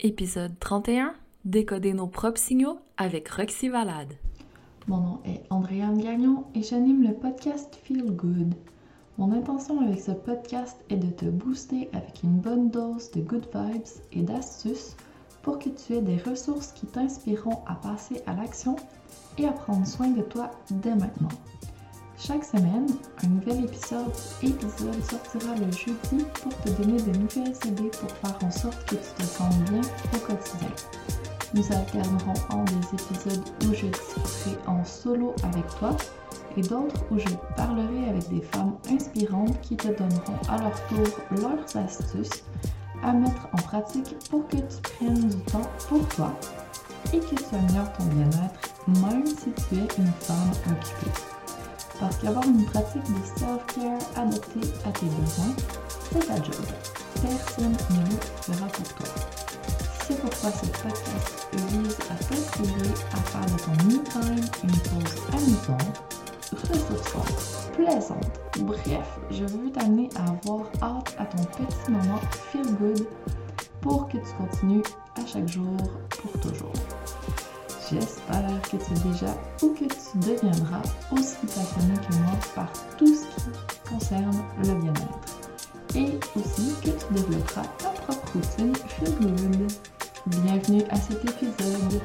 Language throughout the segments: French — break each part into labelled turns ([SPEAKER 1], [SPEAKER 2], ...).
[SPEAKER 1] Épisode 31, décoder nos propres signaux avec Roxy Valade.
[SPEAKER 2] Mon nom est Andréane Gagnon et j'anime le podcast Feel Good. Mon intention avec ce podcast est de te booster avec une bonne dose de good vibes et d'astuces pour que tu aies des ressources qui t'inspireront à passer à l'action et à prendre soin de toi dès maintenant. Chaque semaine, un nouvel épisode sortira le jeudi pour te donner de nouvelles idées pour faire en sorte que tu te sentes bien au quotidien. Nous alternerons en des épisodes où je discuterai en solo avec toi et d'autres où je parlerai avec des femmes inspirantes qui te donneront à leur tour leurs astuces à mettre en pratique pour que tu prennes du temps pour toi et que tu améliores ton bien-être même si tu es une femme occupée. Parce qu'avoir une pratique de self-care adaptée à tes besoins, c'est ta job. Personne ne le fera pour toi. C'est pourquoi ce podcast vise à t'inspirer à faire de ton me-time une pause amusante, ressourçante, plaisante. Bref, je veux t'amener à avoir hâte à ton petit moment feel good pour que tu continues à chaque jour pour toujours. J'espère que tu es déjà ou que tu deviendras aussi passionné que moi par tout ce qui concerne le bien-être. Et aussi que tu développeras ta propre routine Feel Good. Bienvenue à cet épisode.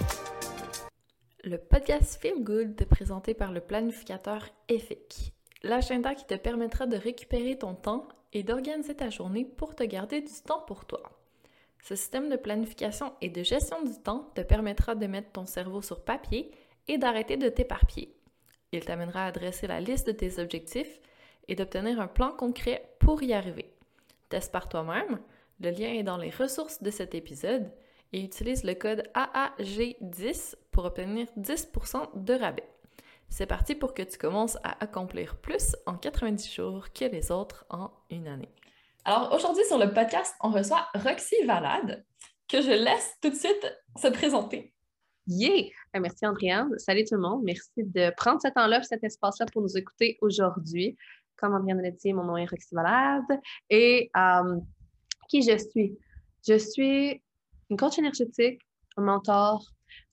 [SPEAKER 1] Le podcast Feel Good est présenté par le planificateur EFIC, l'agenda qui te permettra de récupérer ton temps et d'organiser ta journée pour te garder du temps pour toi. Ce système de planification et de gestion du temps te permettra de mettre ton cerveau sur papier et d'arrêter de t'éparpiller. Il t'amènera à dresser la liste de tes objectifs et d'obtenir un plan concret pour y arriver. Teste par toi-même, le lien est dans les ressources de cet épisode et utilise le code AAG10 pour obtenir 10% de rabais. C'est parti pour que tu commences à accomplir plus en 90 jours que les autres en une année. Alors aujourd'hui sur le podcast, on reçoit Roxy Valade, que je laisse tout de suite se présenter.
[SPEAKER 3] Yeah! Merci Andréane. Salut tout le monde. Merci de prendre ce temps-là, cet espace-là pour nous écouter aujourd'hui. Comme Andréane l'a dit, mon nom est Roxy Valade. Et qui je suis? Je suis une coach énergétique, un mentor,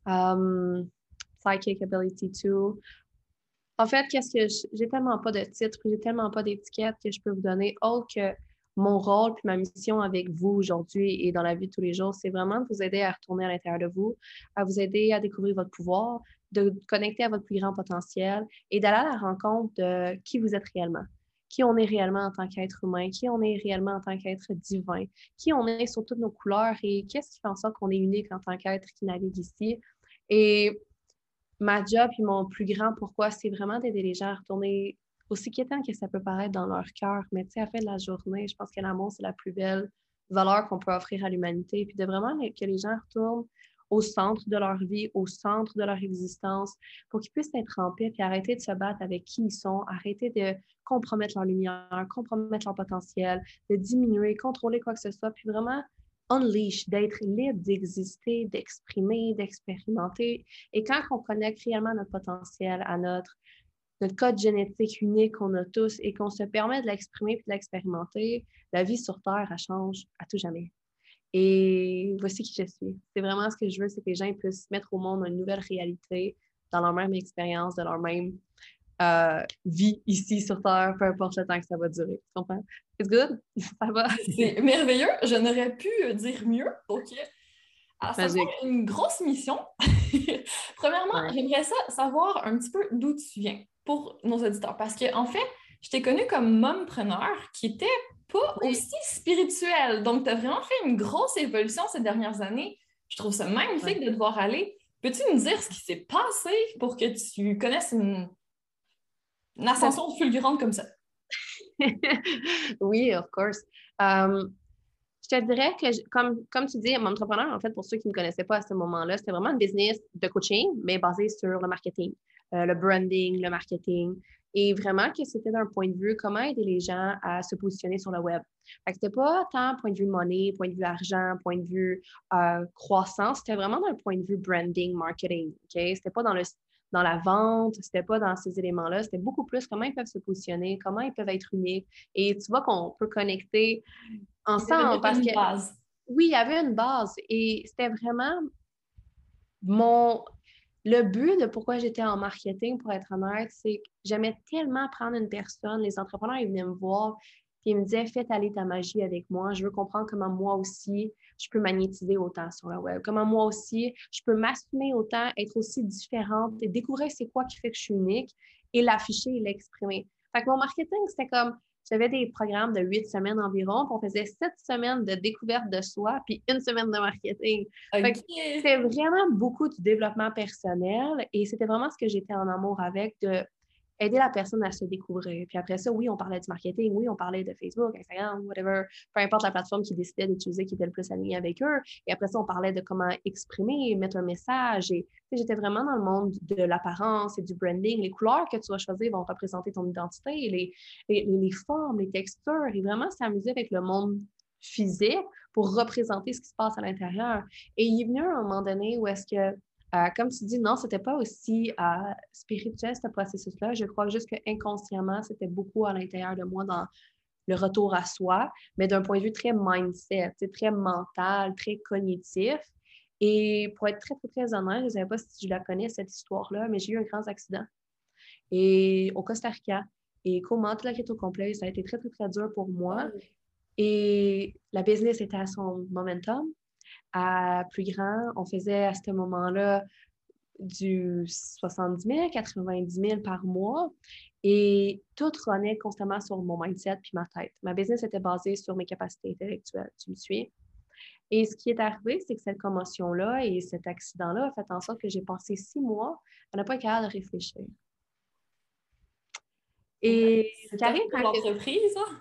[SPEAKER 3] Psychic Ability Tool. En fait, j'ai tellement pas de titre, j'ai tellement pas d'étiquette que je peux vous donner autre que mon rôle puis ma mission avec vous aujourd'hui et dans la vie de tous les jours, c'est vraiment de vous aider à retourner à l'intérieur de vous, à vous aider à découvrir votre pouvoir, de connecter à votre plus grand potentiel et d'aller à la rencontre de qui vous êtes réellement, qui on est réellement en tant qu'être humain, qui on est réellement en tant qu'être divin, qui on est sur toutes nos couleurs et qu'est-ce qui fait en sorte qu'on est unique en tant qu'être qui navigue ici. Et ma job et mon plus grand pourquoi, c'est vraiment d'aider les gens à retourner aussi quétant que ça peut paraître dans leur cœur. Mais tu sais, à la fin de la journée, je pense que l'amour, c'est la plus belle valeur qu'on peut offrir à l'humanité. Puis de vraiment que les gens retournent au centre de leur vie, au centre de leur existence, pour qu'ils puissent être en paix, puis arrêter de se battre avec qui ils sont, arrêter de compromettre leur lumière, compromettre leur potentiel, de diminuer, contrôler quoi que ce soit, puis vraiment unleash, d'être libre d'exister, d'exprimer, d'expérimenter. Et quand on connecte réellement notre potentiel, à notre code génétique unique qu'on a tous et qu'on se permet de l'exprimer et de l'expérimenter, la vie sur Terre, elle change à tout jamais. Et voici qui je suis. C'est vraiment ce que je veux, c'est que les gens puissent mettre au monde une nouvelle réalité dans leur même expérience, de leur même vie ici sur Terre, peu importe le temps que ça va durer. Tu comprends? It's good? Ça va?
[SPEAKER 1] C'est merveilleux, je n'aurais pu dire mieux. OK. Alors, ça me semble une grosse mission. Premièrement, J'aimerais savoir un petit peu d'où tu viens pour nos auditeurs. Parce qu'en fait, je t'ai connue comme mompreneur qui était pas aussi spirituelle. Donc, tu as vraiment fait une grosse évolution ces dernières années. Je trouve ça magnifique de te voir aller. Peux-tu nous dire ce qui s'est passé pour que tu connaisses une ascension fulgurante comme ça?
[SPEAKER 3] Oui, of course. Je te dirais que, comme tu dis, mon entrepreneur, en fait, pour ceux qui ne me connaissaient pas à ce moment-là, c'était vraiment un business de coaching, mais basé sur le marketing, le branding, le marketing. Et vraiment que c'était d'un point de vue comment aider les gens à se positionner sur le web. Fait que c'était pas tant point de vue money, point de vue argent, point de vue croissance, c'était vraiment d'un point de vue branding, marketing. Okay? C'était pas dans la vente, c'était pas dans ces éléments-là, c'était beaucoup plus comment ils peuvent se positionner, comment ils peuvent être uniques. Et tu vois qu'on peut connecter ensemble parce que oui, il y avait une base et c'était vraiment le but de pourquoi j'étais en marketing, pour être honnête, c'est que j'aimais tellement prendre une personne. Les entrepreneurs, ils venaient me voir puis ils me disaient, faites aller ta magie avec moi. Je veux comprendre comment moi aussi, je peux magnétiser autant sur le web. Comment moi aussi, je peux m'assumer autant, être aussi différente et découvrir c'est quoi qui fait que je suis unique et l'afficher et l'exprimer. Fait que mon marketing, c'était comme, j'avais des programmes de 8 semaines environ, puis on faisait 7 semaines de découverte de soi, puis une semaine de marketing. Fait que
[SPEAKER 1] OK.
[SPEAKER 3] c'était vraiment beaucoup du développement personnel et c'était vraiment ce que j'étais en amour avec, de aider la personne à se découvrir. Puis après ça, oui, on parlait du marketing, oui, on parlait de Facebook, Instagram, whatever, peu importe la plateforme qu'ils décidaient d'utiliser qui était le plus alignée avec eux. Et après ça, on parlait de comment exprimer, mettre un message. Et j'étais vraiment dans le monde de l'apparence et du branding. Les couleurs que tu vas choisir vont représenter ton identité, les formes, les textures, et vraiment s'amuser avec le monde physique pour représenter ce qui se passe à l'intérieur. Et il est venu à un moment donné où est-ce que comme tu dis, non, c'était pas aussi spirituel, ce processus-là. Je crois juste qu'inconsciemment, c'était beaucoup à l'intérieur de moi dans le retour à soi, mais d'un point de vue très mindset, très mental, très cognitif. Et pour être très, très, très honnête, je ne savais pas si je la connais, cette histoire-là, mais j'ai eu un grand accident et au Costa Rica. Et comment tout la quête au complet, ça a été très, très, très dur pour moi.
[SPEAKER 1] Oh.
[SPEAKER 3] Et la business était à son momentum, à plus grand. On faisait à ce moment-là du 70 000, 90 000 par mois. Et tout renaît constamment sur mon mindset puis ma tête. Ma business était basée sur mes capacités intellectuelles. Tu me suis? Et ce qui est arrivé, c'est que cette commotion-là et cet accident-là a fait en sorte que j'ai passé 6 mois à ne pas être capable de réfléchir. Et
[SPEAKER 1] C'est top
[SPEAKER 3] Karine,
[SPEAKER 1] pour l'entreprise, hein?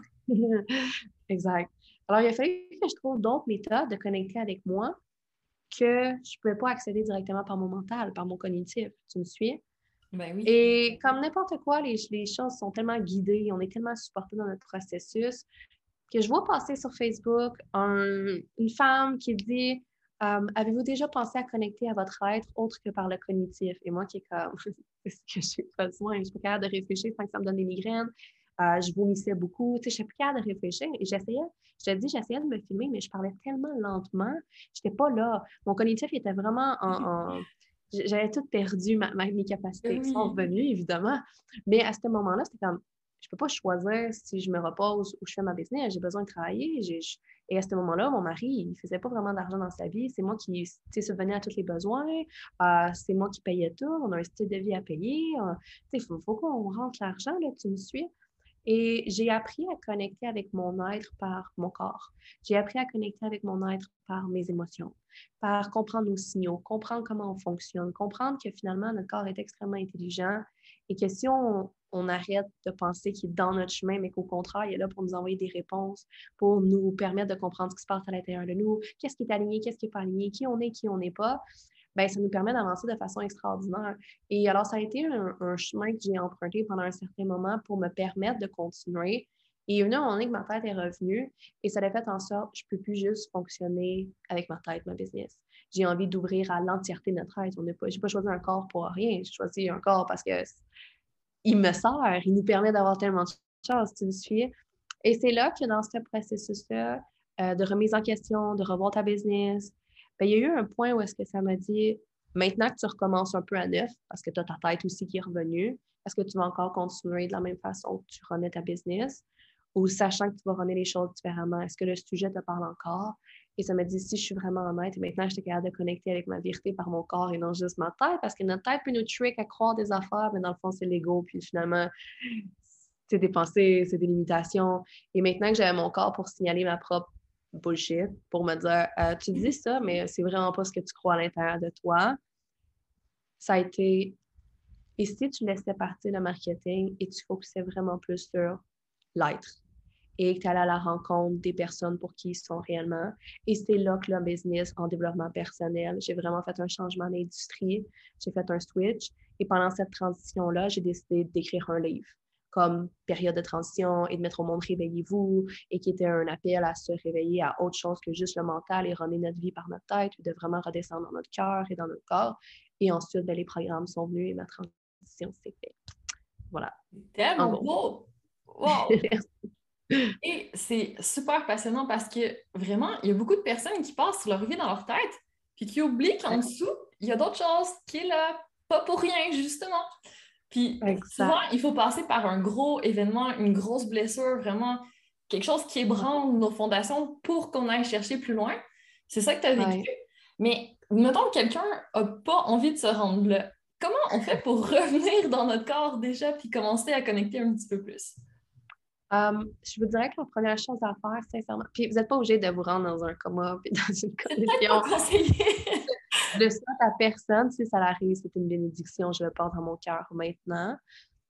[SPEAKER 3] exact. Alors, il a fallu que je trouve d'autres méthodes de connecter avec moi que je ne pouvais pas accéder directement par mon mental, par mon cognitif. Tu me suis?
[SPEAKER 1] Ben oui.
[SPEAKER 3] Et comme n'importe quoi, les choses sont tellement guidées, on est tellement supporté dans notre processus que je vois passer sur Facebook une femme qui dit avez-vous déjà pensé à connecter à votre être autre que par le cognitif? Et moi qui est comme c'est ce que j'ai besoin, je suis pas capable de réfléchir sans que ça me donne des migraines. Je vomissais beaucoup, tu sais, je suis plus capable de réfléchir et j'essayais de me filmer, mais je parlais tellement lentement, j'étais pas là. Mon cognitif était vraiment j'avais tout perdu, mes capacités qui sont
[SPEAKER 1] Oui.
[SPEAKER 3] revenues, évidemment. Mais à ce moment-là, c'était comme, je peux pas choisir si je me repose ou je fais ma business. J'ai besoin de travailler. Et à ce moment-là, mon mari, il faisait pas vraiment d'argent dans sa vie. C'est moi qui subvenais à tous les besoins. C'est moi qui payais tout. On a un style de vie à payer. Il faut qu'on rentre l'argent, là, tu me suis. Et j'ai appris à connecter avec mon être par mon corps. J'ai appris à connecter avec mon être par mes émotions, par comprendre nos signaux, comprendre comment on fonctionne, comprendre que finalement, notre corps est extrêmement intelligent et que si on arrête de penser qu'il est dans notre chemin, mais qu'au contraire, il est là pour nous envoyer des réponses, pour nous permettre de comprendre ce qui se passe à l'intérieur de nous, qu'est-ce qui est aligné, qu'est-ce qui n'est pas aligné, qui on n'est pas, ben, ça nous permet d'avancer de façon extraordinaire. Et alors, ça a été un chemin que j'ai emprunté pendant un certain moment pour me permettre de continuer. Et il y a eu un moment donné que ma tête est revenue et ça a fait en sorte que je ne peux plus juste fonctionner avec ma tête, ma business. J'ai envie d'ouvrir à l'entièreté de notre être. Je n'ai pas choisi un corps pour rien. J'ai choisi un corps parce que il me sert, il nous permet d'avoir tellement de choses, tu me suis. Et c'est là que dans ce processus-là, de remise en question, de revoir ta business, ben, il y a eu un point où est-ce que ça m'a dit, maintenant que tu recommences un peu à neuf, parce que tu as ta tête aussi qui est revenue, est-ce que tu vas encore continuer de la même façon que tu remets ta business ou sachant que tu vas remettre les choses différemment? Est-ce que le sujet te parle encore? Et ça m'a dit, si je suis vraiment honnête, et maintenant, j'étais capable de connecter avec ma vérité par mon corps et non juste ma tête, parce que notre tête peut nous trick à croire des affaires, mais dans le fond, c'est l'ego. Puis finalement, c'est des pensées, c'est des limitations. Et maintenant que j'avais mon corps pour signaler ma propre bullshit, pour me dire, tu dis ça, mais c'est vraiment pas ce que tu crois à l'intérieur de toi, ça a été, et si tu laissais partir le marketing et tu focusais vraiment plus sur l'être et que tu allais à la rencontre des personnes pour qui ils sont réellement. Et c'est là que le business en développement personnel, j'ai vraiment fait un changement d'industrie, j'ai fait un switch. Et pendant cette transition-là, j'ai décidé d'écrire un livre comme période de transition et de mettre au monde réveillez-vous et qui était un appel à se réveiller à autre chose que juste le mental et runner notre vie par notre tête, de vraiment redescendre dans notre cœur et dans notre corps. Et ensuite, ben, les programmes sont venus et ma transition s'est faite. Voilà. En
[SPEAKER 1] Tellement
[SPEAKER 3] gros.
[SPEAKER 1] beau! Wow! Et c'est super passionnant parce que vraiment, il y a beaucoup de personnes qui passent leur vie dans leur tête puis qui oublient qu'en dessous, il y a d'autres choses qui est là, pas pour rien, justement. Puis souvent,
[SPEAKER 3] Exact.
[SPEAKER 1] il faut passer par un gros événement, une grosse blessure, vraiment quelque chose qui ébranle nos fondations pour qu'on aille chercher plus loin. C'est ça que tu as vécu.
[SPEAKER 3] Ouais.
[SPEAKER 1] Mais mettons que quelqu'un n'a pas envie de se rendre là. Comment on fait pour revenir dans notre corps déjà puis commencer à connecter un petit peu plus?
[SPEAKER 3] Je vous dirais que la première chose à faire, sincèrement, puis vous n'êtes pas obligé de vous rendre dans un coma puis dans une
[SPEAKER 1] C'est peut-être pas
[SPEAKER 3] condition.
[SPEAKER 1] conseillé.
[SPEAKER 3] Je le souhaite à personne. Si ça arrive, c'est une bénédiction, je le porte dans mon cœur maintenant.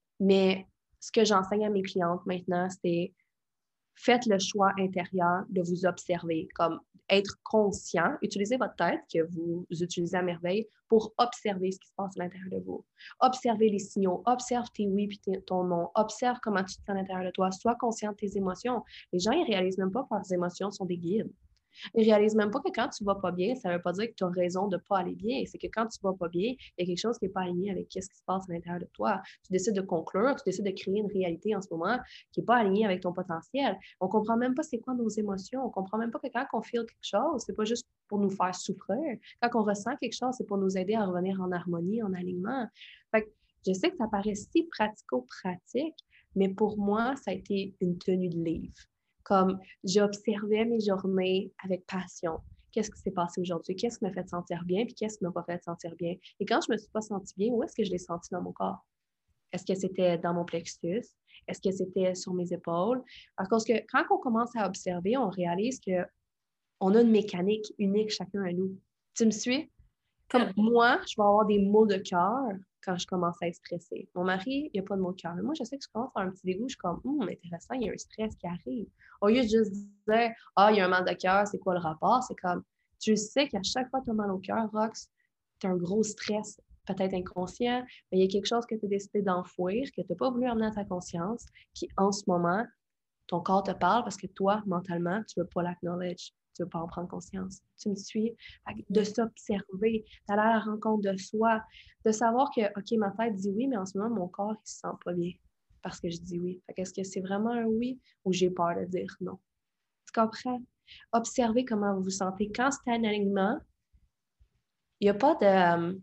[SPEAKER 3] Mais ce que j'enseigne à mes clientes maintenant, c'est faites le choix intérieur de vous observer, comme être conscient, utilisez votre tête que vous utilisez à merveille pour observer ce qui se passe à l'intérieur de vous. Observez les signaux, observe tes oui puis ton non, observe comment tu te sens à l'intérieur de toi, sois conscient de tes émotions. Les gens, ils réalisent même pas que leurs émotions sont des guides. Ils réalisent même pas que quand tu vas pas bien, ça veut pas dire que tu as raison de pas aller bien. C'est que quand tu vas pas bien, il y a quelque chose qui n'est pas aligné avec ce qui se passe à l'intérieur de toi. Tu décides de conclure, tu décides de créer une réalité en ce moment qui n'est pas alignée avec ton potentiel. On comprend même pas c'est quoi nos émotions. On comprend même pas que quand on feel quelque chose, c'est pas juste pour nous faire souffrir. Quand on ressent quelque chose, c'est pour nous aider à revenir en harmonie, en alignement. Fait que je sais que ça paraît si pratico-pratique, mais pour moi, ça a été une tenue de livre. Comme j'observais mes journées avec passion. Qu'est-ce qui s'est passé aujourd'hui? Qu'est-ce qui m'a fait sentir bien? Puis qu'est-ce qui m'a pas fait sentir bien? Et quand je me suis pas sentie bien, où est-ce que je l'ai senti dans mon corps? Est-ce que c'était dans mon plexus? Est-ce que c'était sur mes épaules? Parce que quand on commence à observer, on réalise qu'on a une mécanique unique chacun à nous. Tu me suis? Comme moi, je vais avoir des maux de cœur quand je commence à être stressée. Mon mari, il n'y a pas de maux de cœur. Mais moi, je sais que je commence à avoir un petit dégoût. Je suis comme, intéressant, il y a un stress qui arrive. Au lieu de juste dire, il y a un mal de cœur, c'est quoi le rapport? C'est comme, tu sais qu'à chaque fois que tu as mal au cœur, Rox, tu as un gros stress, peut-être inconscient, mais il y a quelque chose que tu as décidé d'enfouir, que tu n'as pas voulu amener à ta conscience, qui en ce moment, ton corps te parle parce que toi, mentalement, tu ne veux pas l'acknowledge. Tu ne veux pas en prendre conscience. Tu me suis? De s'observer, d'aller à la rencontre de soi, de savoir que, OK, ma tête dit oui, mais en ce moment, mon corps, il ne se sent pas bien parce que je dis oui. Est-ce que c'est vraiment un oui ou j'ai peur de dire non? Tu comprends? Observez comment vous vous sentez. Quand c'est un alignement, il n'y a pas de...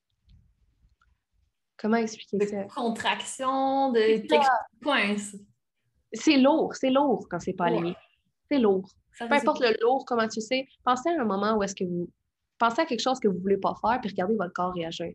[SPEAKER 3] comment expliquer
[SPEAKER 1] De
[SPEAKER 3] ça?
[SPEAKER 1] contraction, de quelque chose qui coince.
[SPEAKER 3] C'est lourd quand c'est pas
[SPEAKER 1] Ouais,
[SPEAKER 3] aligné. C'est lourd.
[SPEAKER 1] ça
[SPEAKER 3] Peu
[SPEAKER 1] résonne.
[SPEAKER 3] importe le lourd, comment tu sais, pensez à un moment où est-ce que vous pensez à quelque chose que vous ne voulez pas faire, puis regardez votre corps réagir.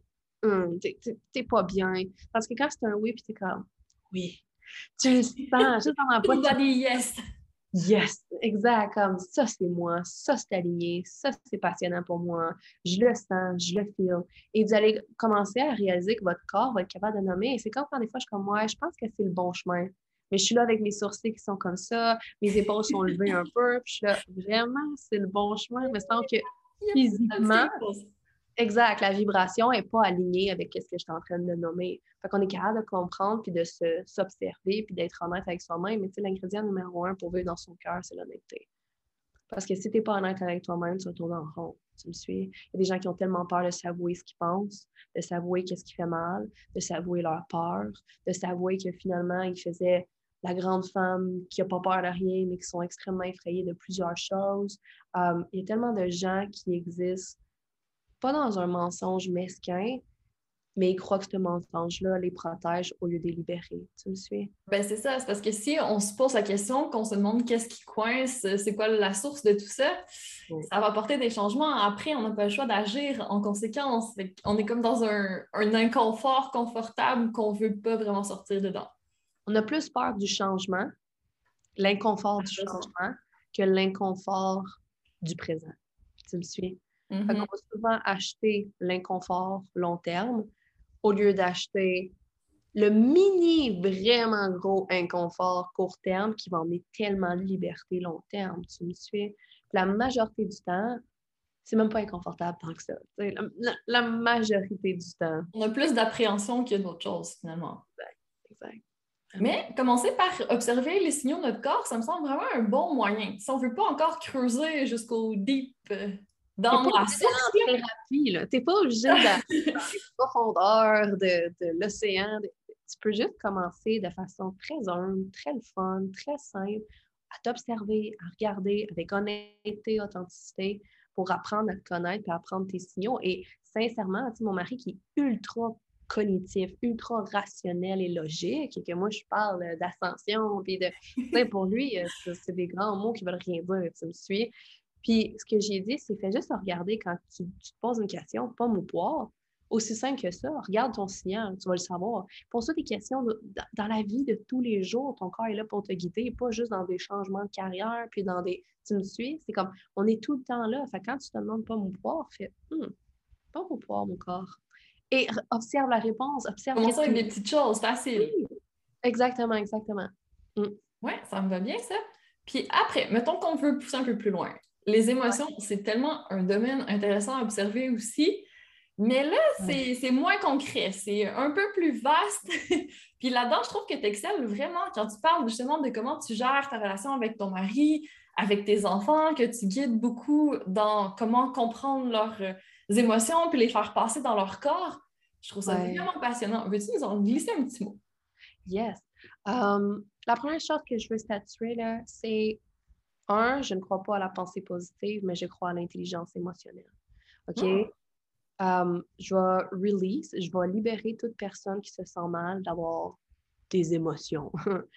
[SPEAKER 3] T'es pas bien. Parce que quand c'est un oui, puis t'es comme oui. Tu le sens, juste dans la
[SPEAKER 1] Full
[SPEAKER 3] boîte,
[SPEAKER 1] body yes.
[SPEAKER 3] yes, exact, comme ça c'est moi, ça c'est aligné, ça c'est passionnant pour moi, je le sens, je le feel. Et vous allez commencer à réaliser que votre corps va être capable de nommer. Et c'est comme quand des fois je suis comme, ouais, je pense que c'est le bon chemin. Mais je suis là avec mes sourcils qui sont comme ça, mes épaules sont levées un peu, puis je suis là, vraiment, c'est le bon chemin. Mais sans que
[SPEAKER 1] Ça me dit
[SPEAKER 3] physiquement,
[SPEAKER 1] quelque chose.
[SPEAKER 3] exact, la vibration n'est pas alignée avec ce que je suis en train de nommer. Fait qu'on est capable de comprendre, puis de s'observer, puis d'être honnête avec soi-même. Mais tu sais, l'ingrédient numéro un pour vivre dans son cœur, c'est l'honnêteté. Parce que si tu n'es pas honnête avec toi-même, tu vas tourner en rond. Tu me suis? Il y a des gens qui ont tellement peur de s'avouer ce qu'ils pensent, de s'avouer qu'est-ce qui fait mal, de s'avouer leur peur, de s'avouer que finalement, ils faisaient la grande femme qui n'a pas peur de rien, mais qui sont extrêmement effrayés de plusieurs choses. Il y a tellement de gens qui existent pas dans un mensonge mesquin, mais ils croient que ce mensonge-là les protège au lieu de les libérer. Tu me suis?
[SPEAKER 1] Ben c'est ça, c'est parce que si on se pose la question, qu'on se demande qu'est-ce qui coince, c'est quoi la source de tout ça,
[SPEAKER 3] Oui.
[SPEAKER 1] ça va apporter des changements. Après, on n'a pas le choix d'agir en conséquence. On est comme dans un inconfort confortable qu'on ne veut pas vraiment sortir dedans.
[SPEAKER 3] On a plus peur du changement, l'inconfort du changement, que l'inconfort du présent. Tu me suis? Fait qu'on va souvent acheter l'inconfort long terme au lieu d'acheter le mini, vraiment gros inconfort court terme qui va emmener tellement de liberté long terme. Tu me suis? La majorité du temps, c'est même pas inconfortable tant que ça. La majorité du temps.
[SPEAKER 1] On a plus d'appréhension que d'autres choses, finalement.
[SPEAKER 3] Exact.
[SPEAKER 1] Mais commencer par observer les signaux de notre corps, ça me semble vraiment un bon moyen. Si on ne veut pas encore creuser jusqu'au deep,
[SPEAKER 3] T'es
[SPEAKER 1] dans
[SPEAKER 3] pas
[SPEAKER 1] la
[SPEAKER 3] obligé d'aller
[SPEAKER 1] source,
[SPEAKER 3] en thérapie, là. T'es pas obligé d'aller dans les profondeurs de l'océan. Tu peux juste commencer de façon très humble, très le fun, très simple, à t'observer, à regarder avec honnêteté, authenticité, pour apprendre à te connaître et apprendre tes signaux. Et sincèrement, tu sais, mon mari qui est ultra cognitif, ultra rationnel et logique, et que moi, je parle d'ascension, puis de... Tu sais, pour lui, c'est des grands mots qui veulent rien dire, tu me suis. Puis, ce que j'ai dit, c'est fais juste regarder quand tu te poses une question, pomme ou poire. Aussi simple que ça, regarde ton signal, tu vas le savoir. Pose-toi des questions dans la vie de tous les jours. Ton corps est là pour te guider, pas juste dans des changements de carrière, puis dans des... Tu me suis? C'est comme, on est tout le temps là. Fait que quand tu te demandes pomme ou poire, fais, pomme ou poire, mon corps. Et observe la réponse, observe
[SPEAKER 1] Commençons
[SPEAKER 3] qu'est-ce
[SPEAKER 1] avec
[SPEAKER 3] que...
[SPEAKER 1] des petites choses faciles.
[SPEAKER 3] Oui, exactement, exactement.
[SPEAKER 1] Ouais, ça me va bien, ça. Puis après, mettons qu'on veut pousser un peu plus loin. Les émotions, c'est tellement un domaine intéressant à observer aussi. Mais là, c'est moins concret, c'est un peu plus vaste. Puis là-dedans, je trouve que tu excelles vraiment quand tu parles justement de comment tu gères ta relation avec ton mari, avec tes enfants, que tu guides beaucoup dans comment comprendre leurs émotions puis les faire passer dans leur corps. Je trouve ça vraiment passionnant. Veux-tu nous en glisser un petit mot?
[SPEAKER 3] Yes. La première chose que je veux statuer, là, c'est je ne crois pas à la pensée positive, mais je crois à l'intelligence émotionnelle. OK? Je vais libérer toute personne qui se sent mal d'avoir des émotions.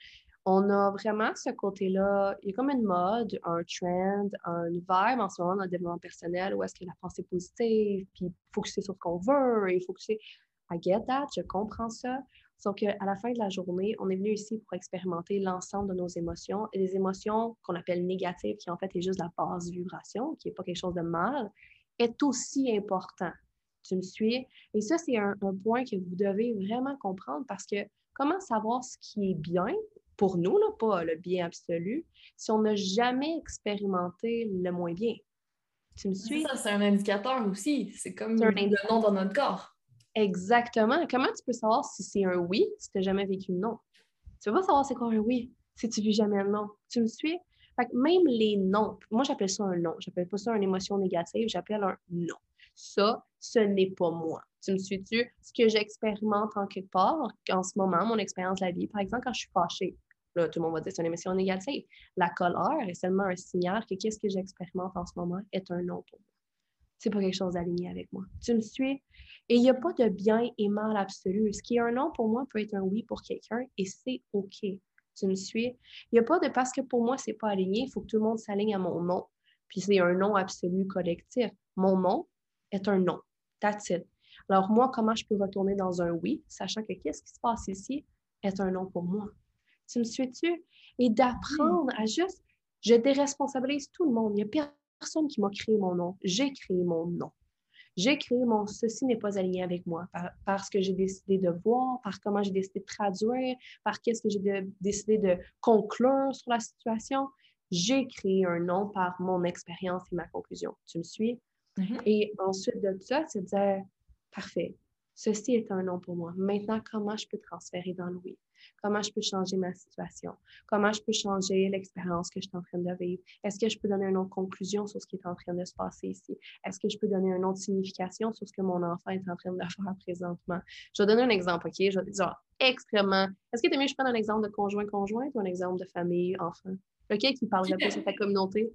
[SPEAKER 3] On a vraiment ce côté-là, il y a comme une mode, un trend, une vibe en ce moment dans le développement personnel où est-ce que la pensée positive, puis focuser sur ce qu'on veut, et focuser... I get that, je comprends ça. Sauf qu'à la fin de la journée, on est venu ici pour expérimenter l'ensemble de nos émotions et des émotions qu'on appelle négatives, qui en fait est juste la basse vibration, qui n'est pas quelque chose de mal, est aussi important. Tu me suis? Et ça, c'est un point que vous devez vraiment comprendre parce que comment savoir ce qui est bien pour nous, là, pas le bien absolu, si on n'a jamais expérimenté le moins bien? Tu me suis?
[SPEAKER 1] C'est ça, c'est un indicateur aussi. C'est comme
[SPEAKER 3] C'est un
[SPEAKER 1] le nom dans notre corps.
[SPEAKER 3] Exactement. Comment tu peux savoir si c'est un oui si tu n'as jamais vécu un non? Tu ne peux pas savoir c'est quoi un oui si tu ne vis jamais un non. Tu me suis? Fait que même les non, moi j'appelle ça un non. J'appelle pas ça une émotion négative, j'appelle un non. Ça, ce n'est pas moi. Tu me suis-tu? Ce que j'expérimente en quelque part, en ce moment, mon expérience de la vie, par exemple, quand je suis fâchée, là, tout le monde va dire que c'est une émotion négative. La colère est seulement un signal que qu'est-ce que j'expérimente en ce moment est un non pour moi. C'est pas quelque chose d'aligné avec moi. Tu me suis? Et il n'y a pas de bien et mal absolu. Ce qui est un non pour moi peut être un oui pour quelqu'un et c'est OK. Tu me suis? Il n'y a pas de parce que pour moi, c'est pas aligné, il faut que tout le monde s'aligne à mon non. Puis c'est un non absolu collectif. Mon non est un non. That's it. Alors moi, comment je peux retourner dans un oui, sachant que qu'est-ce qui se passe ici est un non pour moi. Tu me suis-tu? Et d'apprendre à juste, je déresponsabilise tout le monde. Il n'y a personne qui m'a créé mon nom. J'ai créé mon nom. J'ai créé mon ceci n'est pas aligné avec moi parce que j'ai décidé de voir, par comment j'ai décidé de traduire, par qu'est-ce que j'ai décidé de conclure sur la situation. J'ai créé un nom par mon expérience et ma conclusion. Tu me suis? Et ensuite de ça, c'est de dire, parfait, ceci est un nom pour moi. Maintenant, comment je peux transférer dans le oui? Comment je peux changer ma situation? Comment je peux changer l'expérience que je suis en train de vivre? Est-ce que je peux donner une autre conclusion sur ce qui est en train de se passer ici? Est-ce que je peux donner une autre signification sur ce que mon enfant est en train de faire présentement? Je vais donner un exemple, OK? Je vais dire extrêmement... Est-ce que tu aimes que je prenne un exemple de conjoint-conjointe ou un exemple de famille-enfant? Lequel qui parlerait plus à ta communauté?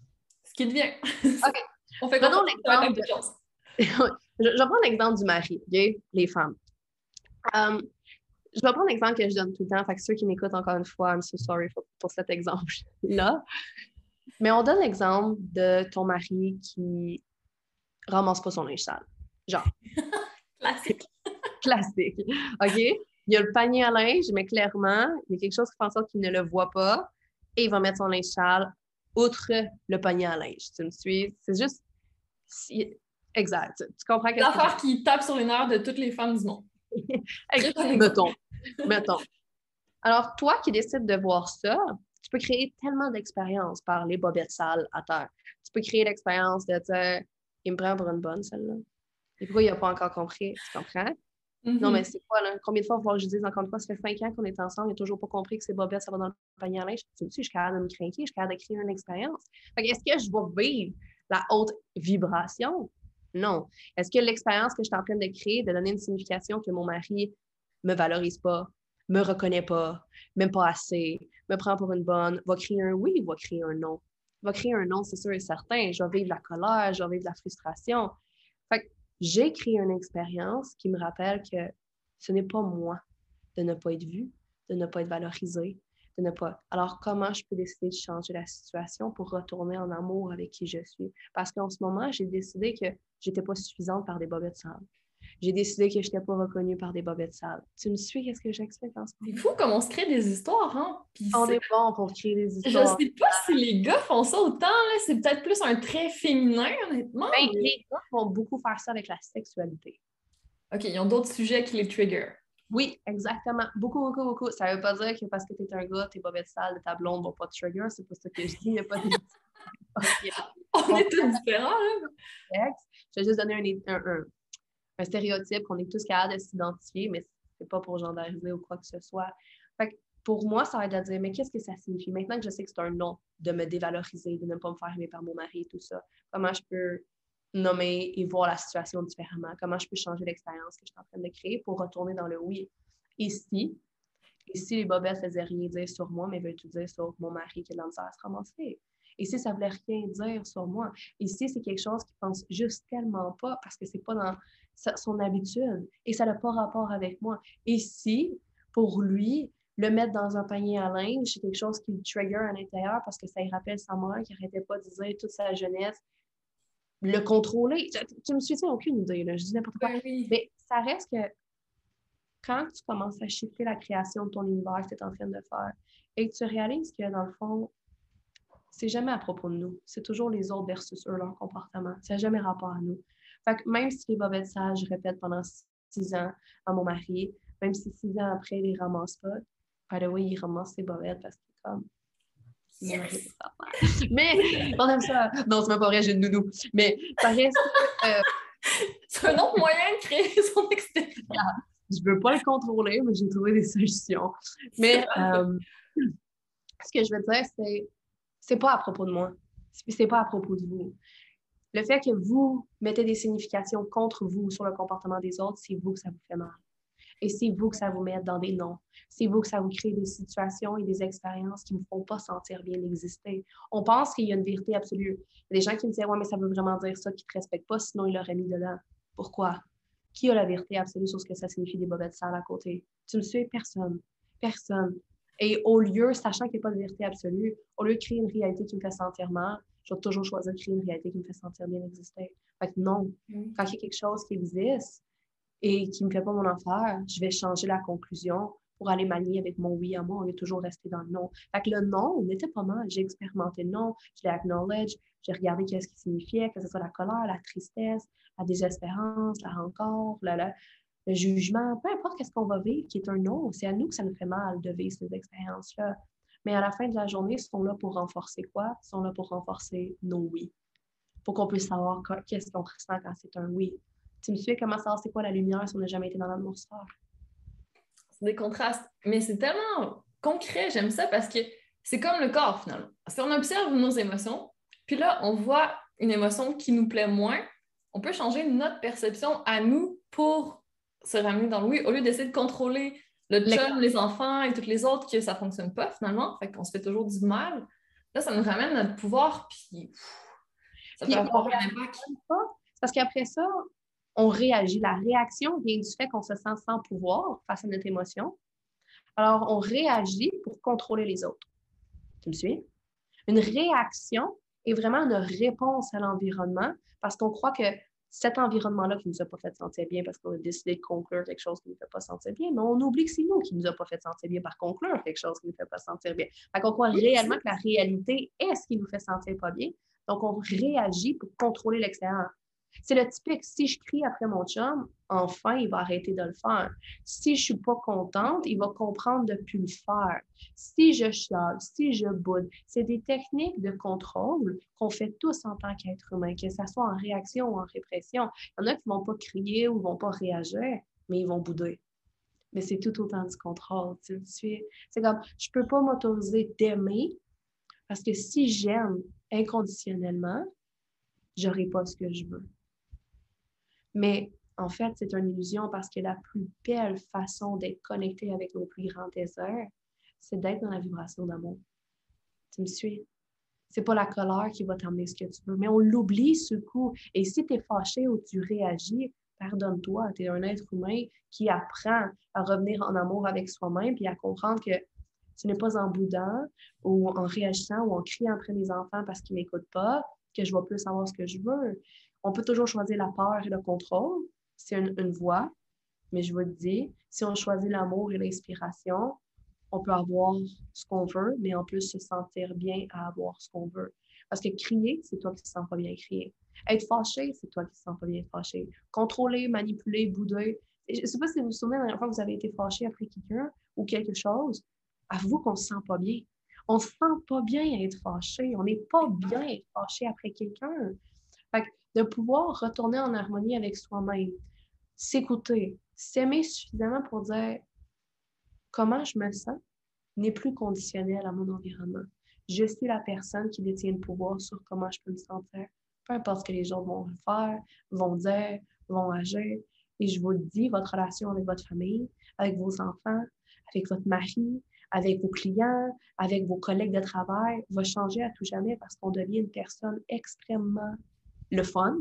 [SPEAKER 1] Ce qui devient.
[SPEAKER 3] OK.
[SPEAKER 1] On fait
[SPEAKER 3] Prenons
[SPEAKER 1] l'exemple
[SPEAKER 3] l'exemple je vais prendre l'exemple du mari, okay? Les femmes. Je vais prendre l'exemple que je donne tout le temps. Fait que ceux qui m'écoutent encore une fois, I'm so sorry pour cet exemple-là. Mais on donne l'exemple de ton mari qui ramasse pas son linge sale. Genre.
[SPEAKER 1] Classique.
[SPEAKER 3] Classique. OK? Il y a le panier à linge, mais clairement, il y a quelque chose qui fait en sorte qu'il ne le voit pas et il va mettre son linge sale outre le panier à linge. Tu me suis? C'est juste... Exact. Tu comprends qu'est-ce que
[SPEAKER 1] L'affaire qui tape sur les nerfs de toutes les femmes du monde.
[SPEAKER 3] Mettons. Alors, toi qui décides de voir ça, tu peux créer tellement d'expériences par les bobettes sales à terre. Tu peux créer l'expérience de dire, il me prend pour une bonne, celle-là. Et pourquoi il n'a pas encore compris? Tu comprends? Non, mais c'est quoi, là? Combien de fois il va falloir que je dise encore une fois, ça fait 5 ans qu'on est ensemble, il n'a toujours pas compris que ces bobettes, ça va dans le panier à linge. Tu sais, je suis capable de me craquer, je suis capable de créer une expérience. Fait que est-ce que je vais vivre la haute vibration? Non. Est-ce que l'expérience que je suis en train de créer, de donner une signification que mon mari me valorise pas, me reconnaît pas, même pas assez, me prend pour une bonne, va créer un oui, va créer un non. Va créer un non, c'est sûr et certain. Je vais vivre la colère, je vais vivre la frustration. Fait que j'ai créé une expérience qui me rappelle que ce n'est pas moi de ne pas être vue, de ne pas être valorisée, de ne pas... Alors, comment je peux décider de changer la situation pour retourner en amour avec qui je suis? Parce qu'en ce moment, j'ai décidé que j'étais pas suffisante par des bobettes sales. J'ai décidé que je n'étais pas reconnue par des bobettes sales. Tu me suis, qu'est-ce que j'explique en ce
[SPEAKER 1] C'est
[SPEAKER 3] moment?
[SPEAKER 1] fou comme on se crée des histoires, hein? Puis
[SPEAKER 3] On est bon pour créer des
[SPEAKER 1] je
[SPEAKER 3] histoires.
[SPEAKER 1] sais pas si les gars font ça autant, là. C'est peut-être plus un trait féminin, honnêtement.
[SPEAKER 3] Ben,
[SPEAKER 1] Mais...
[SPEAKER 3] les gars vont beaucoup faire ça avec la sexualité.
[SPEAKER 1] OK, ils ont d'autres sujets qui les trigger.
[SPEAKER 3] Oui, exactement. Beaucoup, beaucoup, beaucoup. Ça veut pas dire que parce que t'es un gars, tes bobettes sales de ta blonde vont pas te trigger. C'est pas ça que je dis. Il n'y a pas de...
[SPEAKER 1] On est tous différents, là.
[SPEAKER 3] Je vais juste donner un stéréotype qu'on est tous capables de s'identifier, mais c'est pas pour genderiser ou quoi que ce soit. Fait que pour moi, ça va être de dire, mais qu'est-ce que ça signifie? Maintenant que je sais que c'est un non, de me dévaloriser, de ne pas me faire aimer par mon mari et tout ça, comment je peux nommer et voir la situation différemment? Comment je peux changer l'expérience que je suis en train de créer pour retourner dans le oui? Et si les bobettes ne faisaient rien dire sur moi, mais veulent tout dire sur mon mari qui est dans le misère à se ramasser? Et si ça ne voulait rien dire sur moi? Et si c'est quelque chose qu'il pense juste tellement pas parce que c'est pas dans son habitude et ça n'a pas rapport avec moi? Et si, pour lui, le mettre dans un panier à linge, c'est quelque chose qui le trigger à l'intérieur parce que ça lui rappelle sa mère qui n'arrêtait pas de dire toute sa jeunesse, le contrôler. Tu me suis dit, aucune idée, là, je dis n'importe quoi.
[SPEAKER 1] Ben oui.
[SPEAKER 3] Mais ça reste que quand tu commences à chiffrer la création de ton univers que tu es en train de faire et que tu réalises que dans le fond, c'est jamais à propos de nous. C'est toujours les autres versus eux, leur comportement. Ça n'a jamais rapport à nous. Fait que même si les bobettes sales, je répète pendant 6 ans à mon mari, même si 6 ans après, il les ramasse pas, by the way, il ramasse ses bobettes parce qu'il est comme...
[SPEAKER 1] Yes.
[SPEAKER 3] Mais on aime ça. Non, c'est même pas vrai, j'ai une nounou. Mais ça reste
[SPEAKER 1] C'est un autre moyen de créer son expérience.
[SPEAKER 3] je veux pas le contrôler, mais j'ai trouvé des solutions. Mais ce que je veux dire, c'est pas à propos de moi. C'est pas à propos de vous. Le fait que vous mettez des significations contre vous sur le comportement des autres, c'est vous que ça vous fait mal. Et c'est vous que ça vous met dans des noms. C'est vous que ça vous crée des situations et des expériences qui ne me font pas sentir bien d'exister. On pense qu'il y a une vérité absolue. Il y a des gens qui me disent « Ouais, mais ça veut vraiment dire ça, qu'ils ne te respectent pas, sinon ils l'auraient mis dedans. » Pourquoi? Qui a la vérité absolue sur ce que ça signifie des bobettes sales à côté? Tu me suis? Personne. Personne. Et au lieu, sachant qu'il n'y a pas de vérité absolue, au lieu de créer une réalité qui me fait sentir mal, je vais toujours choisir de créer une réalité qui me fait sentir bien d'exister. Fait que non. Quand il y a quelque chose qui existe, et qui ne me fait pas mon affaire, je vais changer la conclusion pour aller m'aligner avec mon oui à moi. On est toujours resté dans le non. Fait que le non n'était pas mal. J'ai expérimenté le non, je l'ai acknowledge, j'ai regardé qu'est-ce qui signifiait, que ce soit la colère, la tristesse, la désespérance, la rancœur, le jugement, peu importe qu'est-ce qu'on va vivre qui est un non. C'est à nous que ça nous fait mal de vivre ces expériences-là. Mais à la fin de la journée, ils sont là pour renforcer quoi? Ils sont là pour renforcer nos oui. Pour qu'on puisse savoir qu'est-ce qu'on ressent quand c'est un oui. Tu me suis comment savoir c'est quoi la lumière si on n'a jamais été dans l'atmosphère?
[SPEAKER 1] C'est des contrastes. Mais c'est tellement concret, j'aime ça parce que c'est comme le corps finalement. Si on observe nos émotions, puis là, on voit une émotion qui nous plaît moins, on peut changer notre perception à nous pour se ramener dans le oui, au lieu d'essayer de contrôler le chum, les enfants et toutes les autres, que ça ne fonctionne pas finalement, fait qu'on se fait toujours du mal. Là, ça nous ramène notre pouvoir, puis ça peut avoir un impact.
[SPEAKER 3] Parce qu'après ça, on réagit. La réaction vient du fait qu'on se sent sans pouvoir face à notre émotion. Alors, on réagit pour contrôler les autres. Tu me suis? Une réaction est vraiment une réponse à l'environnement parce qu'on croit que cet environnement-là qui ne nous a pas fait sentir bien parce qu'on a décidé de conclure quelque chose qui ne nous fait pas sentir bien, mais on oublie que c'est nous qui ne nous a pas fait sentir bien par conclure quelque chose qui ne nous fait pas sentir bien. Fait qu'on croit réellement que la réalité est ce qui nous fait sentir pas bien. Donc, on réagit pour contrôler l'extérieur. C'est le typique, si je crie après mon chum, enfin, il va arrêter de le faire. Si je suis pas contente, il va comprendre de ne plus le faire. Si je chiale, si je boude, c'est des techniques de contrôle qu'on fait tous en tant qu'être humain, que ce soit en réaction ou en répression. Il y en a qui vont pas crier ou vont pas réagir, mais ils vont bouder. Mais c'est tout autant du contrôle. C'est comme, je peux pas m'autoriser d'aimer parce que si j'aime inconditionnellement, j'aurai pas ce que je veux. Mais En fait, c'est une illusion parce que la plus belle façon d'être connecté avec nos plus grands désirs, c'est d'être dans la vibration d'amour. Tu me suis? C'est pas la colère qui va t'amener ce que tu veux, mais on l'oublie ce coup. Et si tu es fâché ou tu réagis, pardonne-toi. Tu es un être humain qui apprend à revenir en amour avec soi-même puis à comprendre que ce n'est pas en boudant ou en réagissant ou en criant après mes enfants parce qu'ils ne m'écoutent pas que je vais plus savoir ce que je veux. On peut toujours choisir la peur et le contrôle. C'est une voie. Mais je vous le dis, si on choisit l'amour et l'inspiration, on peut avoir ce qu'on veut, mais en plus se sentir bien à avoir ce qu'on veut. Parce que crier, c'est toi qui te sens pas bien crier. Être fâché, c'est toi qui te sens pas bien fâché. Contrôler, manipuler, bouder. Je ne sais pas si vous vous souvenez la dernière fois que vous avez été fâché après quelqu'un ou quelque chose. Avoue qu'on se sent pas bien. On se sent pas bien à être fâché. On n'est pas bien à être fâché après quelqu'un. Fait que de pouvoir retourner en harmonie avec soi-même, s'écouter, s'aimer suffisamment pour dire comment je me sens n'est plus conditionnel à mon environnement. Je suis la personne qui détient le pouvoir sur comment je peux me sentir. Peu importe ce que les autres vont faire, vont dire, vont agir. Et je vous le dis, votre relation avec votre famille, avec vos enfants, avec votre mari, avec vos clients, avec vos collègues de travail, va changer à tout jamais parce qu'on devient une personne extrêmement le fun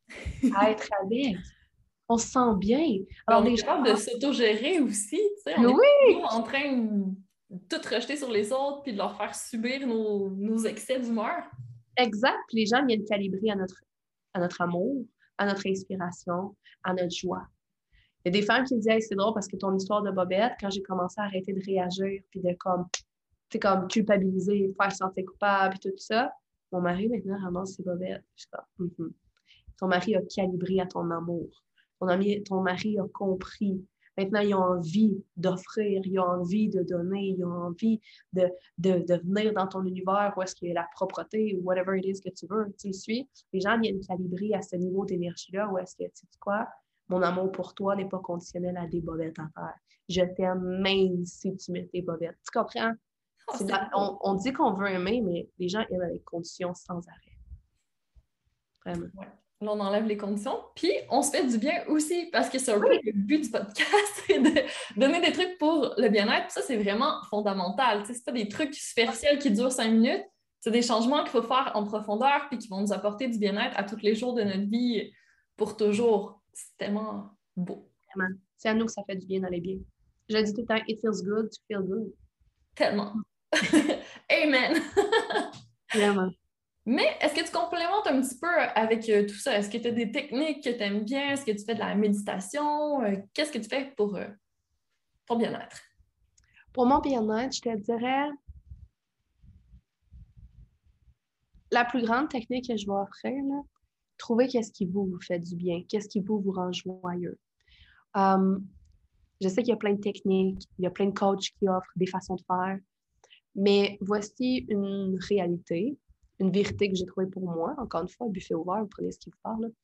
[SPEAKER 3] à être avec. On se sent bien.
[SPEAKER 1] Alors,
[SPEAKER 3] Alors,
[SPEAKER 1] on est
[SPEAKER 3] les
[SPEAKER 1] capable
[SPEAKER 3] gens...
[SPEAKER 1] de s'autogérer aussi, tu sais, on est
[SPEAKER 3] Oui!
[SPEAKER 1] toujours en train de tout rejeter sur les autres puis de leur faire subir nos excès d'humeur.
[SPEAKER 3] Exact. Puis les gens viennent calibrer à notre amour, à notre inspiration, à notre joie. Il y a des femmes qui me disent hey, c'est drôle parce que ton histoire de bobette, quand j'ai commencé à arrêter de réagir puis de comme culpabiliser, faire sentir coupable et tout ça, mon mari maintenant ramasse ses bobettes. Je suis comme, Ton mari a calibré à ton amour. Ton mari a compris. Maintenant, il a envie d'offrir, il a envie de donner, il a envie de venir dans ton univers où est-ce qu'il y a la propreté ou whatever it is que tu veux. Tu le suis? Les gens viennent calibrer à ce niveau d'énergie-là où est-ce que, tu sais quoi, mon amour pour toi n'est pas conditionnel à des bobettes à terre. Je t'aime même si tu mets tes bobettes. Tu comprends? On dit qu'on veut aimer, mais les gens aiment avec conditions sans arrêt. Vraiment.
[SPEAKER 1] Ouais. Là, on enlève les conditions, puis on se fait du bien aussi, parce que c'est un peu le but du podcast, c'est de donner des trucs pour le bien-être. Puis ça, c'est vraiment fondamental. Tu sais, c'est pas des trucs superficiels qui durent 5 minutes, c'est des changements qu'il faut faire en profondeur, puis qui vont nous apporter du bien-être à tous les jours de notre vie pour toujours. C'est tellement beau.
[SPEAKER 3] Vraiment. C'est à nous que ça fait du bien d'aller bien. Je dis tout le temps, it feels good to feel good.
[SPEAKER 1] Tellement. Amen.
[SPEAKER 3] Vraiment.
[SPEAKER 1] Mais est-ce que tu complémentes un petit peu avec tout ça? Est-ce que tu as des techniques que tu aimes bien? Est-ce que tu fais de la méditation? Qu'est-ce que tu fais pour ton bien-être?
[SPEAKER 3] Pour mon bien-être, je te dirais, la plus grande technique que je vais offrir, là, trouver qu'est-ce qui vous fait du bien, qu'est-ce qui vous rend joyeux. Je sais qu'il y a plein de techniques, il y a plein de coachs qui offrent des façons de faire, mais voici une réalité, une vérité que j'ai trouvée pour moi. Encore une fois, buffet ouvert, vous prenez ce qui vous parle.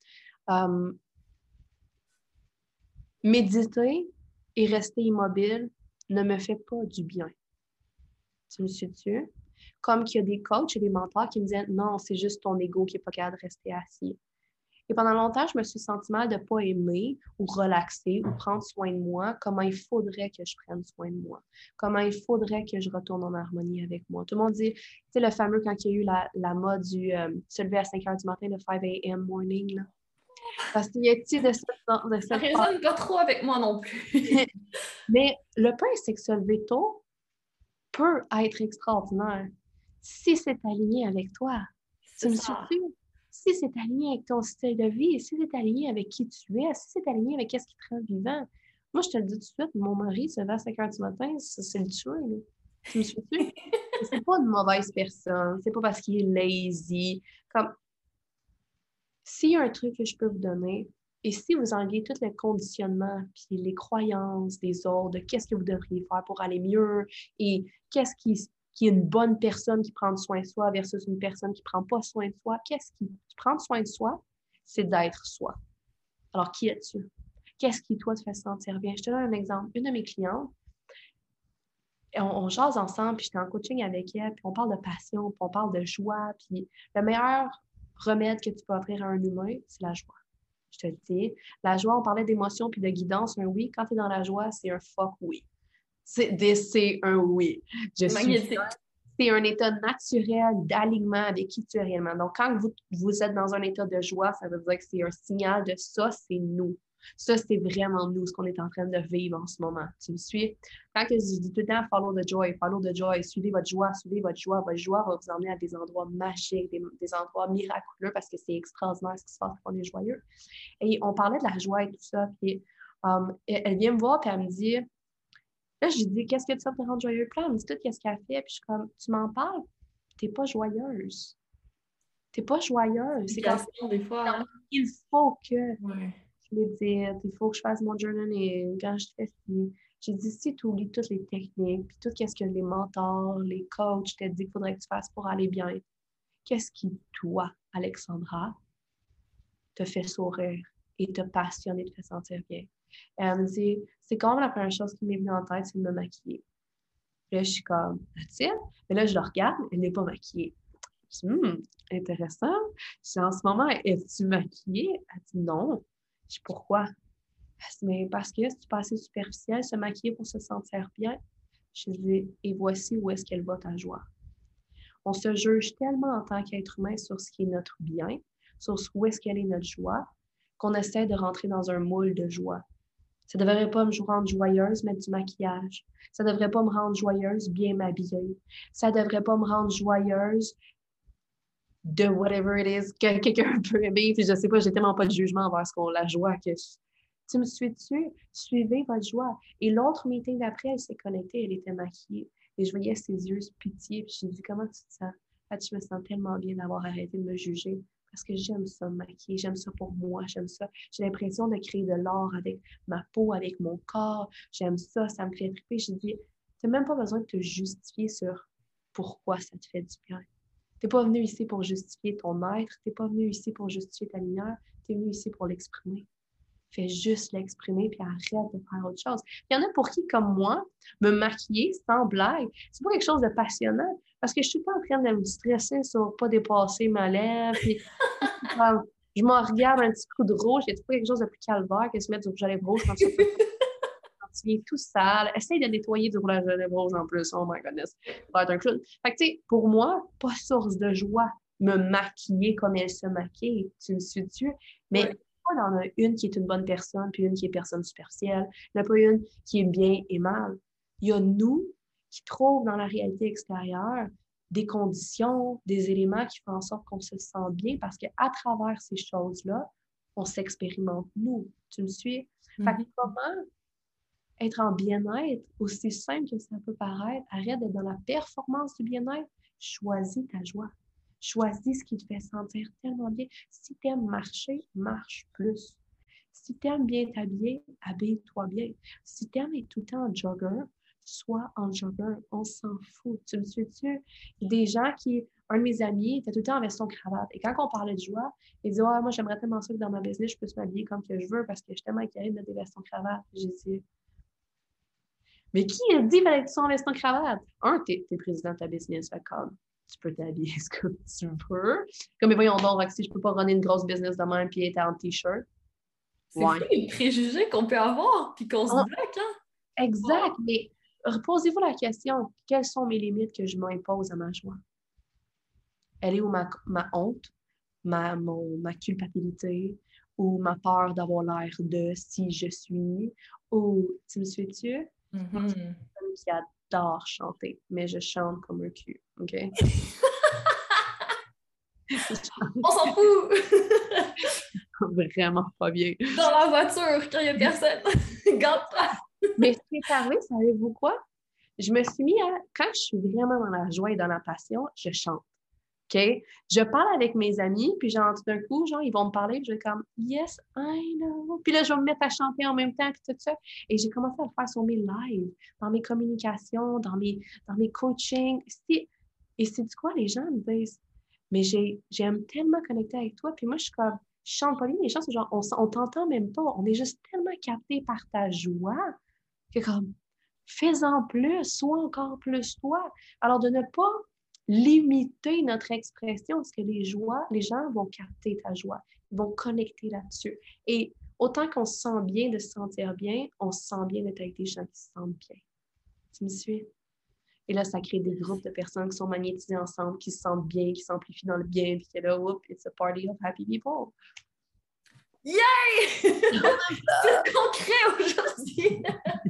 [SPEAKER 3] Méditer et rester immobile ne me fait pas du bien. Tu me suis-tu? Comme qu'il y a des coachs et des mentors qui me disaient non, c'est juste ton ego qui n'est pas capable de rester assis. Et pendant longtemps, je me suis senti mal de ne pas aimer ou relaxer ou prendre soin de moi, comment il faudrait que je prenne soin de moi, comment il faudrait que je retourne en harmonie avec moi. Tout le monde dit, tu sais, le fameux quand il y a eu la mode du se lever à 5 heures du matin, le 5 a.m. morning, là. Parce qu'il y a de cette
[SPEAKER 1] Ça résonne pas trop avec moi non plus.
[SPEAKER 3] Mais le point, c'est que se lever tôt peut être extraordinaire si c'est aligné avec toi. Tu me suis? Si c'est aligné avec ton style de vie, si c'est aligné avec qui tu es, si c'est aligné avec ce qui te rend vivant. Moi, je te le dis tout de suite, mon mari se lève à 5 heures du matin, c'est le tuer. Là. Tu me suis-tu? C'est pas une mauvaise personne, c'est pas parce qu'il est lazy. Comme, s'il y a un truc que je peux vous donner, et si vous enlevez tout le conditionnement puis les croyances des autres, de qu'est-ce que vous devriez faire pour aller mieux et qu'est-ce qui est une bonne personne qui prend soin de soi versus une personne qui ne prend pas soin de soi, qu'est-ce qui prend soin de soi, c'est d'être soi. Alors, qui es-tu? Qu'est-ce qui, toi, te fait sentir bien? Je te donne un exemple. Une de mes clientes, on jase ensemble, puis j'étais en coaching avec elle, puis on parle de passion, puis on parle de joie, puis le meilleur remède que tu peux offrir à un humain, c'est la joie. Je te le dis. La joie, on parlait d'émotion puis de guidance. Un oui, quand tu es dans la joie, c'est un fuck oui. C'est un oui.
[SPEAKER 1] Magnétique.
[SPEAKER 3] C'est un état naturel d'alignement avec qui tu es réellement. Donc, quand vous êtes dans un état de joie, ça veut dire que c'est un signal de ça, c'est nous. Ça, c'est vraiment nous, ce qu'on est en train de vivre en ce moment. Tu me suis? Quand je dis tout le temps follow the joy, suivez votre joie, votre joie va vous emmener à des endroits magiques, des endroits miraculeux parce que c'est extraordinaire ce qui se passe quand on est joyeux. Et on parlait de la joie et tout ça, puis elle vient me voir, puis elle me dit, là, je lui dis, qu'est-ce que tu vas te rendre joyeux? Puis là, elle me dit tout, qu'est-ce qu'elle fait? Puis je suis comme, tu m'en parles? T'es pas joyeuse. T'es pas joyeuse. C'est comme,
[SPEAKER 1] Des fois, hein?
[SPEAKER 3] il faut que,
[SPEAKER 1] Ouais.
[SPEAKER 3] je l'ai dit, il faut que je fasse mon journaling. Quand je fais ci, j'ai dit, si tu oublies toutes les techniques, puis tout ce que les mentors, les coachs t'ont dit qu'il faudrait que tu fasses pour aller bien, qu'est-ce qui, toi, Alexandra, te fait sourire et te passionne et te fait sentir bien? Et elle me dit, c'est quand même la première chose qui m'est venue en tête, c'est de me maquiller. Puis là, je suis comme, that's-it? Mais là, je le regarde, elle n'est pas maquillée. Je dis, intéressant. Je dis, en ce moment, es-tu maquillée? Elle dit, non. Je dis, pourquoi? Elle dit, mais parce que c'est pas assez superficiel, se maquiller pour se sentir bien. Je dis, et voici où est-ce qu'elle va ta joie. On se juge tellement en tant qu'être humain sur ce qui est notre bien, sur où est-ce qu'elle est notre joie, qu'on essaie de rentrer dans un moule de joie. Ça ne devrait pas me rendre joyeuse, mettre du maquillage. Ça ne devrait pas me rendre joyeuse, bien m'habiller. Ça ne devrait pas me rendre joyeuse de whatever it is que quelqu'un peut aimer. Puis je ne sais pas, j'ai tellement pas de jugement envers la joie que tu me suis dessus. Suivez votre joie. Et l'autre meeting d'après, elle s'est connectée, elle était maquillée. Et je voyais ses yeux se pitié. Puis je lui ai dit, comment tu te sens? Ah, je me sens tellement bien d'avoir arrêté de me juger. Parce que j'aime ça, me maquiller, j'aime ça pour moi, j'aime ça. J'ai l'impression de créer de l'art avec ma peau, avec mon corps. J'aime ça, ça me fait triper. Je dis, tu n'as même pas besoin de te justifier sur pourquoi ça te fait du bien. Tu n'es pas venu ici pour justifier ton être, tu n'es pas venu ici pour justifier ta lumière, tu es venu ici pour l'exprimer. Fais juste l'exprimer, puis arrête de faire autre chose. Il y en a pour qui, comme moi, me maquiller sans blague, c'est pas quelque chose de passionnant, parce que je suis tout le temps en train de me stresser sur pas dépasser ma lèvre, puis je m'en regarde un petit coup de rouge, c'est pas quelque chose de plus calvaire que se mettre du rouge à lèvres rouge quand tu viens tout sale. Essaye de nettoyer du rouge à lèvres rouge en plus, oh my goodness, ça va être un clown. Fait que tu sais, pour moi, pas source de joie, me maquiller comme elle se maquille, tu me suis dessus, mais ouais. Il y en a une qui est une bonne personne, puis une qui est personne superficielle. Il n'y en a pas une qui est bien et mal. Il y a nous qui trouvent dans la réalité extérieure des conditions, des éléments qui font en sorte qu'on se sent bien parce qu'à travers ces choses-là, on s'expérimente nous. Tu me suis? Fait que comment être en bien-être, aussi simple que ça peut paraître, arrête d'être dans la performance du bien-être, choisis ta joie. Choisis ce qui te fait sentir tellement bien. Si tu aimes marcher, marche plus. Si tu aimes bien t'habiller, habille-toi bien. Si tu aimes être tout le temps en jogger, sois en jogger. On s'en fout. Tu me suis-tu? Des gens qui, un de mes amis, était tout le temps en veston cravate. Et quand on parlait de joie, il dit, moi, j'aimerais tellement ça que dans ma business, je puisse m'habiller comme que je veux parce que je suis tellement inquiète de mettre des vestons cravates. J'ai dit, mais qui a dit qu'il fallait que tu sois en veston cravate? T'es président de ta business, fait comme tu peux t'habiller ce que tu veux. Comme, mais voyons donc, Roxy, je peux pas runner une grosse business de même puis être en t-shirt.
[SPEAKER 1] C'est fou les préjugés qu'on peut avoir puis qu'on se bloque, hein?
[SPEAKER 3] Exact, mais posez-vous la question, quelles sont mes limites que je m'impose à ma joie? Elle est où ma honte, ma culpabilité, ou ma peur d'avoir l'air de si je suis, ou tu me suis-tu? Moi, je suis une personne qui adore chanter, mais je chante comme un cul, OK?
[SPEAKER 1] On s'en fout!
[SPEAKER 3] Vraiment pas bien.
[SPEAKER 1] Dans la voiture, quand il n'y a personne. Garde-toi!
[SPEAKER 3] Mais ce qui est arrivé, savez-vous quoi? Je me suis mis à... Quand je suis vraiment dans la joie et dans la passion, je chante. OK? Je parle avec mes amis, puis genre, tout d'un coup, genre, ils vont me parler, puis je vais comme « Yes, I know ». Puis là, je vais me mettre à chanter en même temps, puis tout ça. Et j'ai commencé à le faire sur mes lives, dans mes communications, dans mes coachings. Et c'est du quoi, les gens me disent « Mais j'aime tellement connecter avec toi. » Puis moi, je suis comme « Je chante pas bien, les gens, c'est genre, on t'entend même pas. On est juste tellement capté par ta joie que comme, fais-en plus, sois encore plus toi. » Alors, de ne pas limiter notre expression parce que les gens vont capter ta joie, ils vont connecter là-dessus. Et autant qu'on se sent bien de se sentir bien, on se sent bien d'être avec des gens qui se sentent bien. Tu me suis? Et là, ça crée des groupes de personnes qui sont magnétisées ensemble, qui se sentent bien, qui s'amplifient dans le bien, puis que là, whoop, it's a party of happy people.
[SPEAKER 1] Yay! C'est concret aujourd'hui!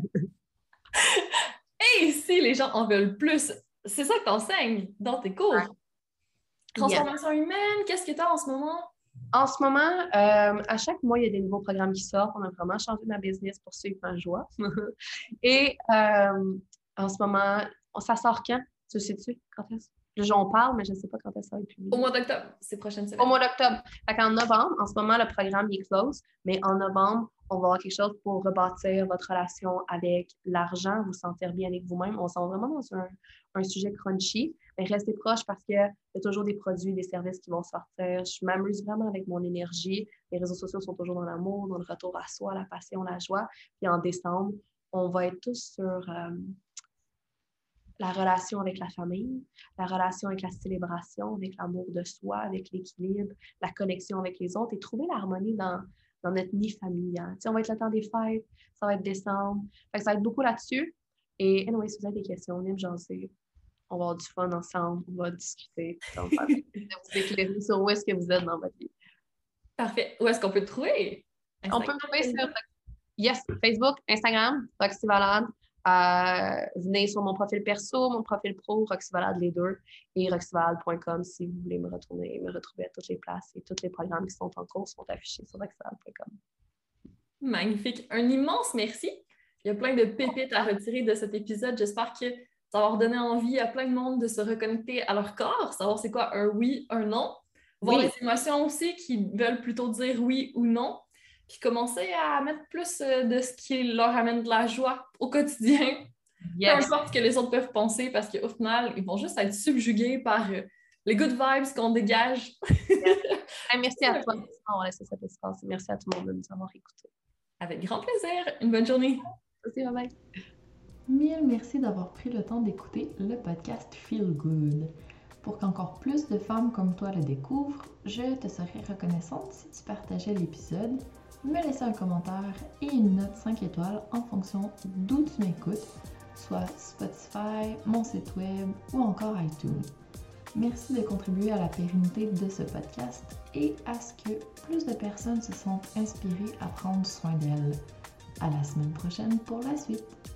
[SPEAKER 1] Et si les gens en veulent plus, c'est ça que tu enseignes dans tes cours. Transformation humaine, qu'est-ce que tu as en ce moment?
[SPEAKER 3] En ce moment, à chaque mois, il y a des nouveaux programmes qui sortent. On a vraiment changé ma business pour suivre ma joie. Et en ce moment, ça sort quand? Tu sais-tu? Quand est-ce? J'en parle, mais je ne sais pas quand est-ce que ça va être publié.
[SPEAKER 1] Au mois d'octobre, c'est prochaine semaine.
[SPEAKER 3] Au mois d'octobre. En novembre, en ce moment, le programme est close, mais en novembre, on va avoir quelque chose pour rebâtir votre relation avec l'argent, vous sentir bien avec vous-même. On s'en va vraiment dans un sujet crunchy, mais restez proche parce qu'il y a toujours des produits, des services qui vont sortir. Je m'amuse vraiment avec mon énergie. Les réseaux sociaux sont toujours dans l'amour, dans le retour à soi, la passion, la joie. Puis en décembre, on va être tous sur la relation avec la famille, la relation avec la célébration, avec l'amour de soi, avec l'équilibre, la connexion avec les autres et trouver l'harmonie dans notre nid familial. Tu sais, on va être le temps des fêtes, ça va être décembre. Fait que ça va être beaucoup là-dessus. Et anyway, si vous avez des questions, venez me jaser. On va avoir du fun ensemble, on va discuter. On va vous éclairer sur où est-ce que vous êtes dans votre vie.
[SPEAKER 1] Parfait. Où est-ce qu'on peut te trouver?
[SPEAKER 3] On peut me trouver sur Facebook, Instagram, Roxy Valade. Venez sur mon profil perso, mon profil pro, Roxy Valade les deux, et roxyvalade.com si vous voulez me retrouver à toutes les places et tous les programmes qui sont en cours sont affichés sur roxyvalade.com.
[SPEAKER 1] Magnifique. Un immense merci. Il y a plein de pépites à retirer de cet épisode. J'espère que ça va leur donner envie à plein de monde de se reconnecter à leur corps, savoir c'est quoi un oui, un non, voir les émotions aussi qui veulent plutôt dire oui ou non. Puis commencer à mettre plus de ce qui leur amène de la joie au quotidien. Peu importe ce que les autres peuvent penser, parce qu'au final, ils vont juste être subjugués par les good vibes qu'on dégage.
[SPEAKER 3] Merci à toi d'avoir laissé cet espace. Merci à tout le monde de nous avoir écoutés.
[SPEAKER 1] Avec grand plaisir. Une bonne journée.
[SPEAKER 3] Merci, bye-bye.
[SPEAKER 2] Mille merci d'avoir pris le temps d'écouter le podcast Feel Good. Pour qu'encore plus de femmes comme toi le découvrent, je te serais reconnaissante si tu partageais l'épisode, me laisser un commentaire et une note 5 étoiles en fonction d'où tu m'écoutes, soit Spotify, mon site web ou encore iTunes. Merci de contribuer à la pérennité de ce podcast et à ce que plus de personnes se sentent inspirées à prendre soin d'elles. À la semaine prochaine pour la suite!